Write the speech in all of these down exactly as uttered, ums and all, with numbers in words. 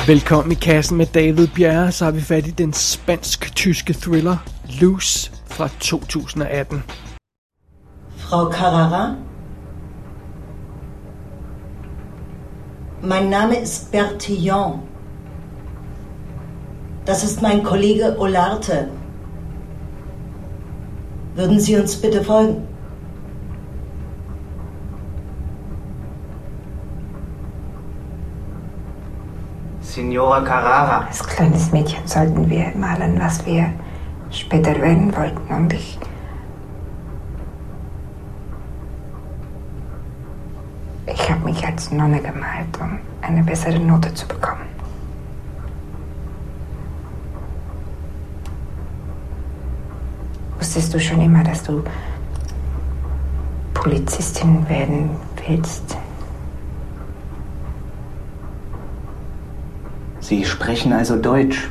Velkommen i kassen med David Bjerre, så har vi fat i den spansk-tyske thriller Loose fra to tusind og atten. Frau Carrara? Mein Name ist Bertillon. Das ist mein Kollege Olarte. Würden Sie uns bitte folgen? Signora Carrara. Als kleines Mädchen sollten wir malen, was wir später werden wollten. Und ich... Ich habe mich als Nonne gemalt, um eine bessere Note zu bekommen. Wusstest du schon immer, dass du Polizistin werden willst? Sie sprechen also Deutsch.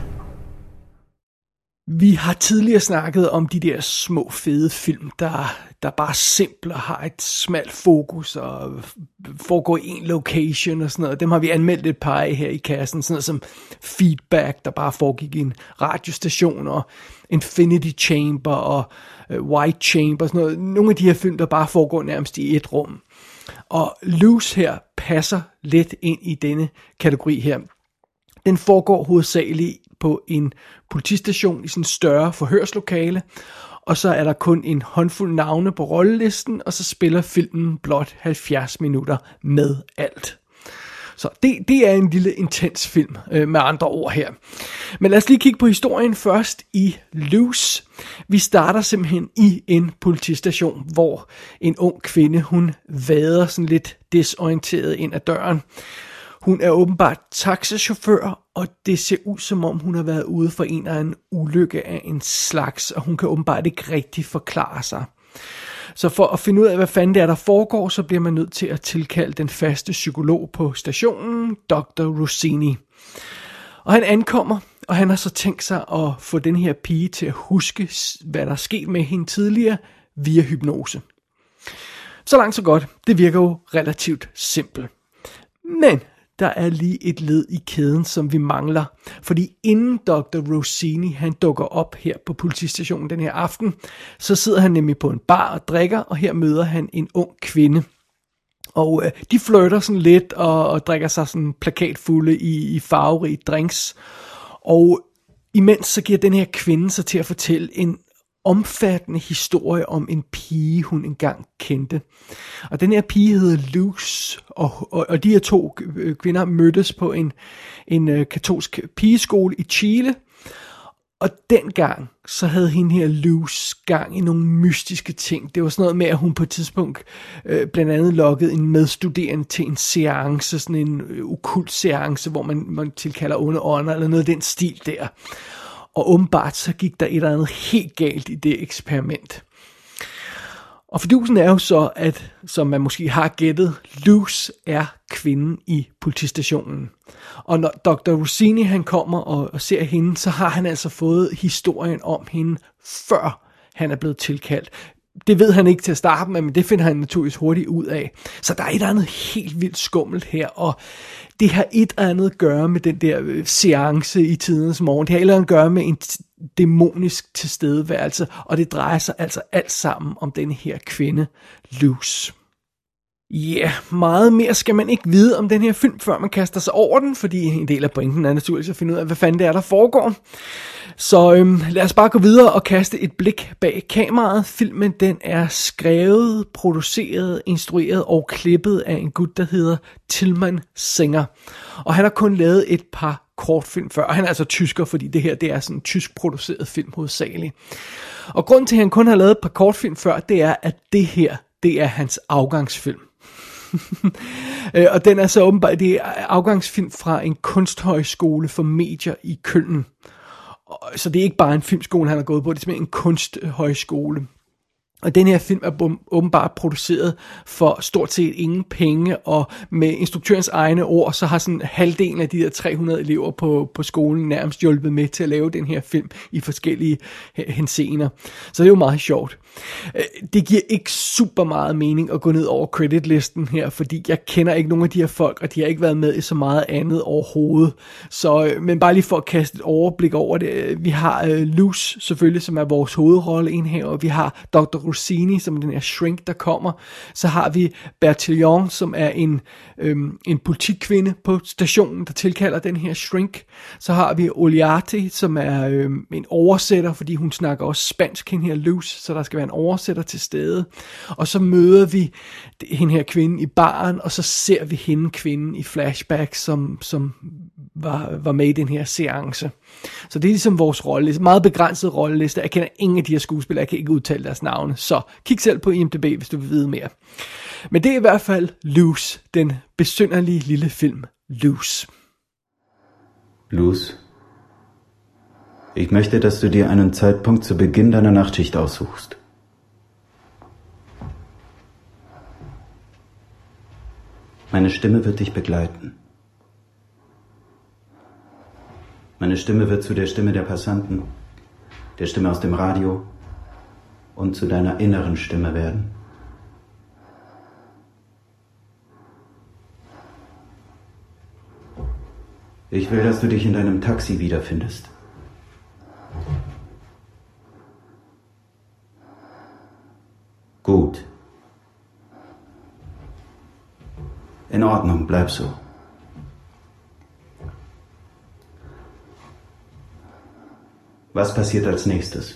Vi har tidligere snakket om de der små fede film, der, der bare simpelt har et smalt fokus og foregår i en location og sådan noget. Dem har vi anmeldt et par af her i kassen, sådan noget som Feedback, der bare foregik i en radiostation, og Infinity Chamber og uh, White Chamber, sådan noget. Nogle af de her film, der bare foregår nærmest i et rum. Og Loose her passer lidt ind i denne kategori her. Den foregår hovedsageligt på en politistation i sådan en større forhørslokale, og så er der kun en håndfuld navne på rollelisten, og så spiller filmen blot halvfjerds minutter med alt. Så det, det er en lille intens film, øh, med andre ord her. Men lad os lige kigge på historien først i Loose. Vi starter simpelthen i en politistation, hvor en ung kvinde, hun vader sådan lidt desorienteret ind ad døren. Hun er åbenbart taxachauffør, og det ser ud som om hun har været ude for en eller anden ulykke af en slags, og hun kan åbenbart ikke rigtig forklare sig. Så for at finde ud af, hvad fanden det er, der foregår, så bliver man nødt til at tilkalde den faste psykolog på stationen, doktor Rossini. Og han ankommer, og han har så tænkt sig at få den her pige til at huske, hvad der er sket med hende tidligere, via hypnose. Så langt så godt. Det virker jo relativt simpelt. Men der er lige et led i kæden, som vi mangler. Fordi inden doktor Rossini han dukker op her på politistationen den her aften, så sidder han nemlig på en bar og drikker, og her møder han en ung kvinde. Og øh, de flirter sådan lidt og, og drikker sig sådan plakatfulde i, i farverige drinks. Og imens så giver den her kvinde sig til at fortælle en omfattende historie om en pige, hun engang kendte. Og den her pige hedder Luz, og, og, og de her to kvinder mødtes på en, en uh, katolsk pigeskole i Chile. Og dengang, så havde hende her Luz gang i nogle mystiske ting. Det var sådan noget med, at hun på et tidspunkt øh, blandt andet lokkede en medstuderende til en seance, sådan en øh, okkult seance, hvor man, man tilkalder onde ånder, eller noget af den stil der. Og åbenbart så gik der et eller andet helt galt i det eksperiment. Og fordusen er jo så, at, som man måske har gættet, Luz er kvinden i politistationen. Og når doktor Rossini han kommer og, og ser hende, så har han altså fået historien om hende, før han er blevet tilkaldt. Det ved han ikke til at starte med, men det finder han naturligvis hurtigt ud af. Så der er et eller andet helt vildt skummelt her, og det har et eller andet at gøre med den der seance i tidens morgen. Det har et eller andet at gøre med en t- dæmonisk tilstedeværelse, og det drejer sig altså alt sammen om denne her kvinde, Luz. Ja, yeah, meget mere skal man ikke vide om den her film, før man kaster sig over den, fordi en del af pointen er naturligvis at finde ud af, hvad fanden det er, der foregår. Så øhm, lad os bare gå videre og kaste et blik bag kameraet. Filmen den er skrevet, produceret, instrueret og klippet af en gut, der hedder Tilman Singer. Og han har kun lavet et par kortfilm før, og han er altså tysker, fordi det her det er sådan en tysk produceret film hovedsageligt. Og grunden til, at han kun har lavet et par kortfilm før, det er, at det her, det er hans afgangsfilm. Og den er så åbenbart, det er afgangsfilm fra en kunsthøjskole for medier i Køln. Så det er ikke bare en filmskole, han har gået på, det er simpelthen en kunsthøjskole. Og den her film er åbenbart produceret for stort set ingen penge, og med instruktørens egne ord, så har sådan halvdelen af de der tre hundrede elever på, på skolen nærmest hjulpet med til at lave den her film i forskellige henseender. Så det er jo meget sjovt. Det giver ikke super meget mening at gå ned over creditlisten her, fordi jeg kender ikke nogen af de her folk, og de har ikke været med i så meget andet overhovedet. Så, men bare lige for at kaste et overblik over det, vi har uh, Luz selvfølgelig, som er vores hovedrolleindhaver, vi har doktor Rossini, som er den her shrink, der kommer. Så har vi Bertillon, som er en, øhm, en politikvinde på stationen, der tilkalder den her shrink. Så har vi Oliati, som er øhm, en oversætter, fordi hun snakker også spansk, hende her Luz, så der skal være en oversætter til stede. Og så møder vi hende her kvinde i baren, og så ser vi hende kvinden i flashback, som, som var, var med i den her seance. Så det er ligesom vores rolleliste, meget begrænset rolleliste. Jeg kender ingen af de her skuespillere, jeg kan ikke udtale deres navne. Så kig selv på I M D B, hvis du vil vide mere. Men det er i hvert fald Luz, den besynderlige lille film Luz. Luz, ich möchte, dass du dir einen Zeitpunkt zu Beginn deiner Nachtschicht aussuchst. Meine Stimme wird dich begleiten. Meine Stimme wird zu der Stimme der Passanten, der Stimme aus dem Radio und zu deiner inneren Stimme werden. Ich will, dass du dich in deinem Taxi wiederfindest. Gut. In Ordnung, bleib so. Was passiert als næstes?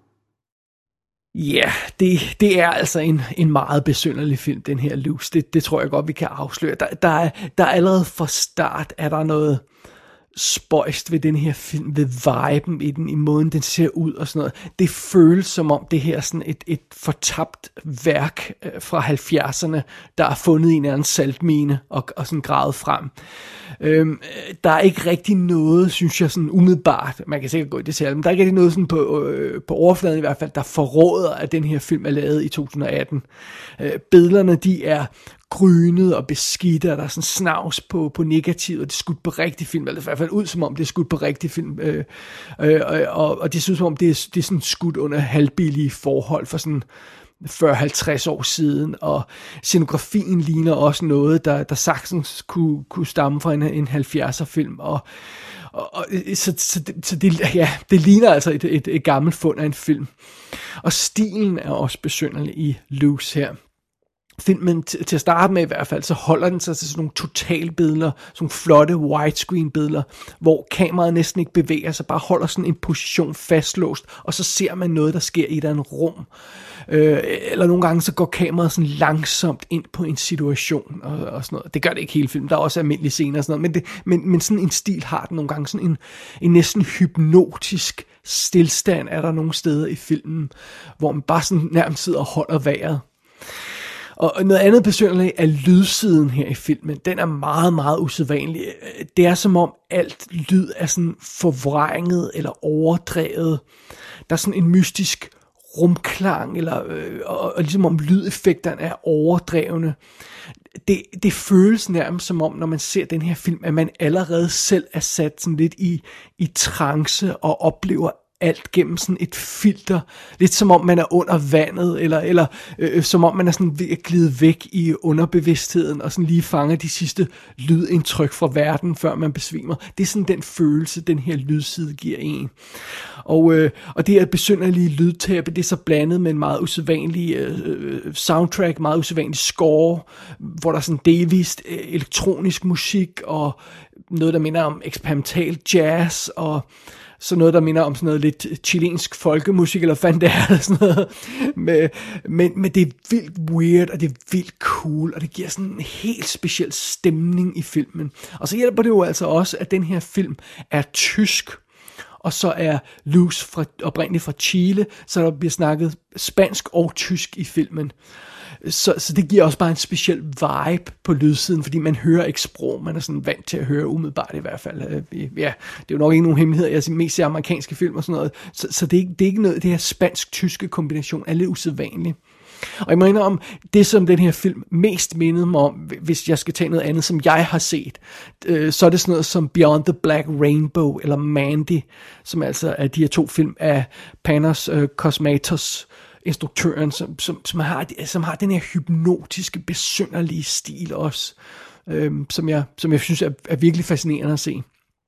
Ja, yeah, det, det er altså en, en meget besynderlig film, den her Luz. Det, det tror jeg godt, vi kan afsløre. Der, der, er, der er allerede fra start, er der noget spøjst ved den her film, ved viben i den, i måden den ser ud og sådan noget. Det føles som om det her er sådan et, et fortabt værk fra halvfjerdserne, der er fundet i en anden saltmine og, og sådan gravet frem. Øhm, der er ikke rigtig noget, synes jeg, sådan umiddelbart, man kan sikkert gå i det selv, men der er ikke rigtig noget sådan på, øh, på overfladen i hvert fald, der forråder, at den her film er lavet i to tusind og atten. Øh, billederne, de er grynet og beskidte, og der er sådan snavs på, på negativet, og det er skudt på rigtig film, eller i hvert fald ud som om det er skudt på rigtig film, øh, øh, og, og det synes som om det er, det er sådan skudt under halvbillige forhold for sådan fyrre halvtreds år siden, og scenografien ligner også noget, der, der sagtens kunne, kunne stamme fra en, en halvfjerdser film, og, og, og så, så, det, så det, ja, det ligner altså et, et, et gammelt fund af en film. Og stilen er også besynderlig i Luz her. Filmen t- til at starte med i hvert fald, så holder den sig til sådan nogle totalbilleder, sådan nogle flotte widescreen billeder, hvor kameraet næsten ikke bevæger sig, bare holder sådan en position fastlåst, og så ser man noget, der sker i et andet rum. Øh, eller nogle gange så går kameraet sådan langsomt ind på en situation, og, og sådan noget. Det gør det ikke hele filmen, der er også almindelige scener og sådan noget, men, det, men, men sådan en stil har den nogle gange, sådan en, en næsten hypnotisk stilstand er der nogle steder i filmen, hvor man bare sådan nærmest sidder og holder vejret. Og noget andet besynderligt er lydsiden her i filmen. Den er meget, meget usædvanlig. Det er som om alt lyd er sådan forvrænget eller overdrevet. Der er sådan en mystisk rumklang, eller, øh, og, og ligesom om lydeffekterne er overdrevne. Det, det føles nærmest som om, når man ser den her film, at man allerede selv er sat sådan lidt i, i trance og oplever alt gennem sådan et filter, lidt som om man er under vandet, eller, eller øh, som om man er sådan ved at glide væk i underbevidstheden, og sådan lige fanger de sidste lydindtryk fra verden, før man besvimer. Det er sådan den følelse, den her lydside giver en. Og, øh, og det her besynderlige lydtæppe, det er så blandet med en meget usædvanlig øh, soundtrack, meget usædvanlig score, hvor der er sådan delvist øh, elektronisk musik, og noget, der minder om eksperimental jazz, og så noget, der minder om sådan noget lidt chilensk folkemusik, eller hvad det er, sådan noget. Men, men, men det er vildt weird, og det er vildt cool, og det giver sådan en helt speciel stemning i filmen. Og så hjælper det jo altså også, at den her film er tysk, og så er Luz fra, oprindeligt fra Chile, så der bliver snakket spansk og tysk i filmen. Så, så det giver også bare en speciel vibe på lydsiden, fordi man hører ikke sprog, man er sådan vant til at høre umiddelbart i hvert fald. Ja, det er jo nok ikke nogen hemmelighed, jeg mest ser amerikanske film og sådan noget, så, så det, er, det er ikke noget, det her spansk-tyske kombination er lidt usædvanligt. Og jeg må indrømme, det som den her film mest mindede mig om, hvis jeg skal tage noget andet, som jeg har set, øh, så er det sådan noget som Beyond the Black Rainbow, eller Mandy, som altså er de her to film af Panos øh, Cosmatos, instruktøren, som, som, som, har, som har den her hypnotiske, besynderlige stil også, øh, som, jeg, som jeg synes er, er virkelig fascinerende at se.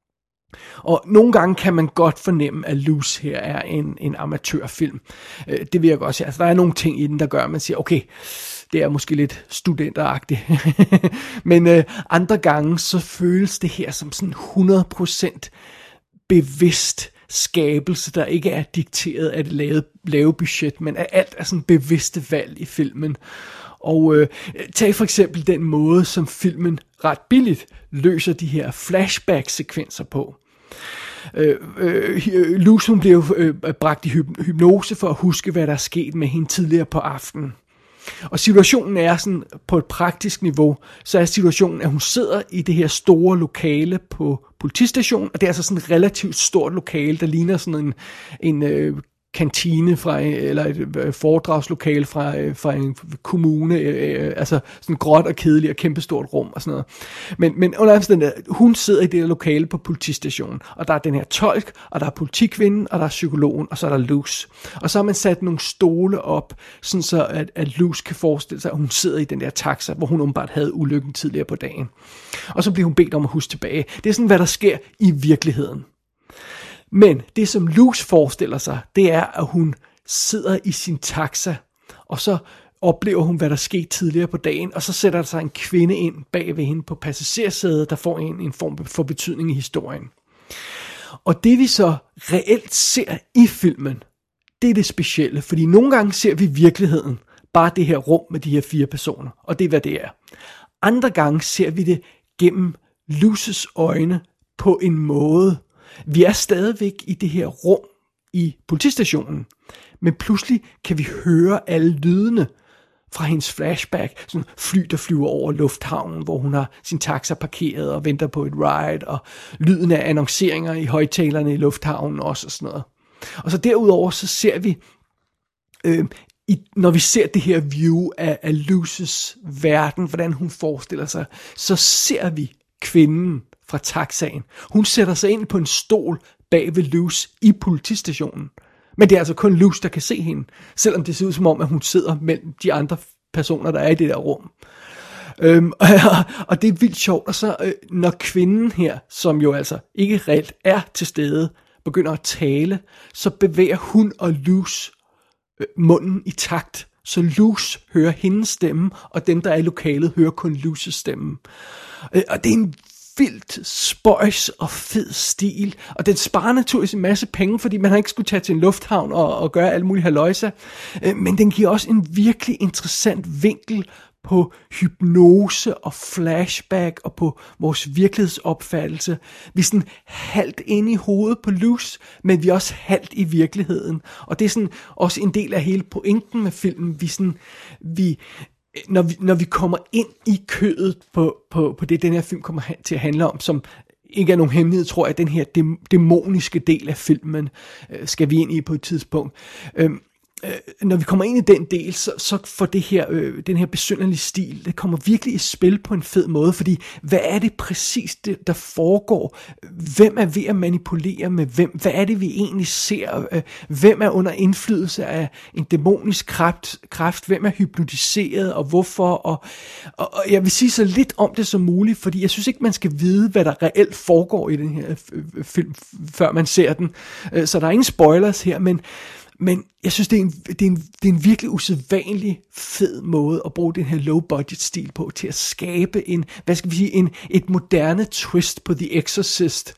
Og nogle gange kan man godt fornemme, at Luz her er en, en amatørfilm. Øh, det vil jeg godt sige. Altså, der er nogle ting i den, der gør, at man siger, okay, det er måske lidt studenteragtigt. Men øh, andre gange, så føles det her som sådan hundrede procent bevidst skabelse, der ikke er dikteret af det lave, lave budget, men at alt er sådan bevidste valg i filmen. Og øh, tag for eksempel den måde, som filmen ret billigt løser de her flashback-sekvenser på. Øh, øh, Luz, hun bliver øh, bragt i hypnose for at huske, hvad der er sket med hende tidligere på aftenen. Og situationen er sådan, på et praktisk niveau, så er situationen, at hun sidder i det her store lokale på politistationen, og det er altså sådan et relativt stort lokale, der ligner sådan en, en øh, kantine fra, eller et foredragslokale fra, fra en kommune, øh, altså sådan gråt og kedeligt og kæmpestort rum og sådan noget. Men, men under omstændigheder, hun sidder i det her lokale på politistationen, og der er den her tolk, og der er politikvinden, og der er psykologen, og så er der Luz. Og så har man sat nogle stole op, sådan så at, at Luz kan forestille sig, at hun sidder i den der taxa, hvor hun åbenbart havde ulykken tidligere på dagen. Og så bliver hun bedt om at huske tilbage. Det er sådan, hvad der sker i virkeligheden. Men det, som Luz forestiller sig, det er, at hun sidder i sin taxa, og så oplever hun, hvad der skete tidligere på dagen, og så sætter der sig en kvinde ind bag ved hende på passagersædet, der får en, en form for betydning i historien. Og det vi så reelt ser i filmen, det er det specielle, fordi nogle gange ser vi virkeligheden, bare det her rum med de her fire personer, og det er, hvad det er. Andre gange ser vi det gennem Luz's øjne på en måde. Vi er stadigvæk i det her rum i politistationen, men pludselig kan vi høre alle lydene fra hendes flashback, sådan fly, der flyver over lufthavnen, hvor hun har sin taxa parkeret og venter på et ride, og lyden af annonceringer i højtalerne i lufthavnen også og sådan noget. Og så derudover så ser vi, øh, i, når vi ser det her view af, af Luz's verden, hvordan hun forestiller sig, så ser vi kvinden fra taxaen. Hun sætter sig ind på en stol bag ved Luz i politistationen. Men det er altså kun Luz, der kan se hende, selvom det ser ud som om, at hun sidder mellem de andre personer, der er i det der rum. Øhm, og, og det er vildt sjovt. Og så øh, når kvinden her, som jo altså ikke reelt er til stede, begynder at tale, så bevæger hun og Luz øh, munden i takt. Så Luz hører hendes stemme, og dem, der er i lokalet, hører kun Luz's stemme. Øh, og det er en vildt spøjs og fed stil, og den sparer naturligvis en masse penge, fordi man har ikke skulle tage til en lufthavn og, og gøre alle mulige halløjser, men den giver også en virkelig interessant vinkel på hypnose og flashback og på vores virkelighedsopfattelse. Vi er sådan halvt inde i hovedet på Luz, men vi er også halvt i virkeligheden, og det er sådan også en del af hele pointen med filmen. Vi sådan, vi Når vi, når vi kommer ind i kødet på, på, på det, den her film kommer til at handle om, som ikke er nogen hemmelighed, tror jeg, den her dæmoniske del af filmen øh, skal vi ind i på et tidspunkt. Øh, øh, når vi kommer ind i den del, så, så får det her, øh, den her besynderlige stil, det kommer virkelig i spil på en fed måde, fordi hvad er det præcis, det, der foregår? Hvem er ved at manipulere med hvem? Hvad er det, vi egentlig ser? Øh, hvem er under indflydelse af en dæmonisk kraft? kraft? Hvem er hypnotiseret, og hvorfor? Og, og, og jeg vil sige så lidt om det som muligt, fordi jeg synes ikke, man skal vide, hvad der reelt foregår i den her film, før man ser den. Øh, så der er ingen spoilers her, men Men jeg synes, det er, en, det, er en, det er en virkelig usædvanlig fed måde at bruge den her low-budget stil på, til at skabe en, hvad skal vi sige, en, et moderne twist på The Exorcist.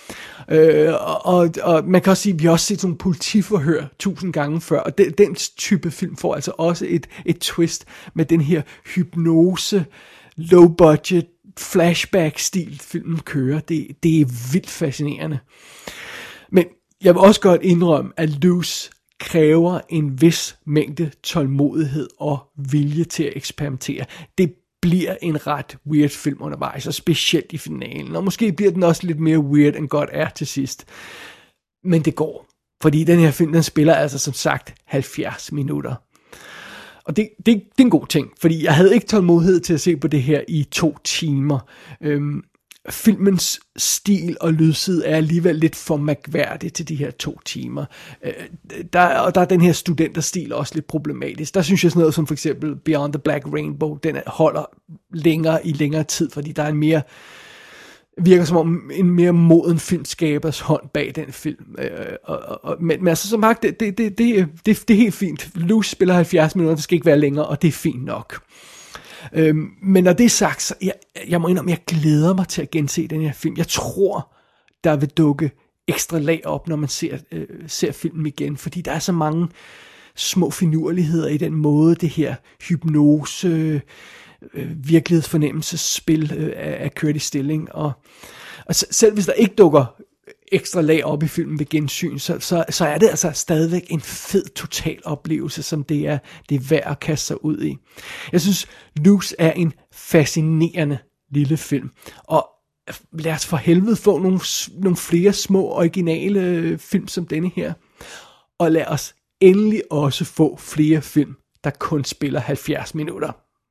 Øh, og, og man kan også sige, at vi har også set sådan nogle politiforhør tusind gange før, og den, den type film får altså også et, et twist med den her hypnose, low-budget, flashback-stil, filmen kører. Det, det er vildt fascinerende. Men Jeg vil også godt indrømme, at Loose kræver en vis mængde tålmodighed og vilje til at eksperimentere. Det bliver en ret weird film undervejs, og specielt i finalen. Og måske bliver den også lidt mere weird, end godt er til sidst. Men det går. Fordi den her film, den spiller altså som sagt halvfjerds minutter. Og det, det, det er en god ting, fordi jeg havde ikke tålmodighed til at se på det her i to timer. Øhm, filmens stil og lydside er alligevel lidt for mærkværdig til de her to timer. Øh, der, og der er den her studenterstil også lidt problematisk. Der synes jeg sådan noget som for eksempel Beyond the Black Rainbow, den holder længere i længere tid, fordi der er en mere... virker som om en mere moden filmskabers hånd bag den film. Øh, og, og, men, men altså, som sagt, det, det, det, det, det, det er helt fint. Loose spiller halvfjerds minutter, det skal ikke være længere, og det er fint nok. Øh, men når det er sagt, så jeg, jeg må indrømme, jeg glæder mig til at gense den her film. Jeg tror, der vil dukke ekstra lag op, når man ser, øh, ser filmen igen, fordi der er så mange små finurligheder i den måde, det her hypnose... Øh, virkelighedsfornemmelsesspil øh, er kørt i stilling, og, og selv hvis der ikke dukker ekstra lag op i filmen ved gensyn, så, så, så er det altså stadigvæk en fed total oplevelse, som det er, det er værd at kaste sig ud i. Jeg synes, Loose er en fascinerende lille film, og lad os for helvede få nogle, nogle flere små originale film som denne her, og lad os endelig også få flere film, der kun spiller halvfjerds minutter.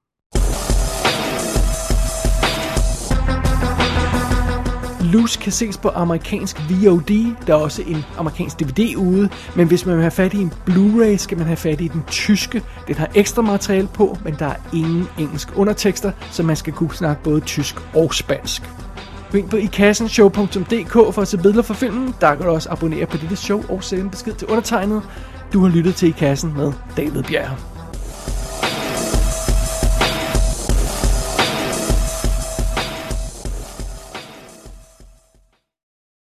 Loose kan ses på amerikansk V O D, der er også en amerikansk D V D ude, men hvis man vil have fat i en Blu-ray, skal man have fat i den tyske. Den har ekstra materiale på, men der er ingen engelsk undertekster, så man skal kunne snakke både tysk og spansk. Gå ind på i kassen show punktum d k for at se billeder fra filmen. Der kan du også abonnere på dette show og sende en besked til undertegnet. Du har lyttet til I Kassen med David Bjerg.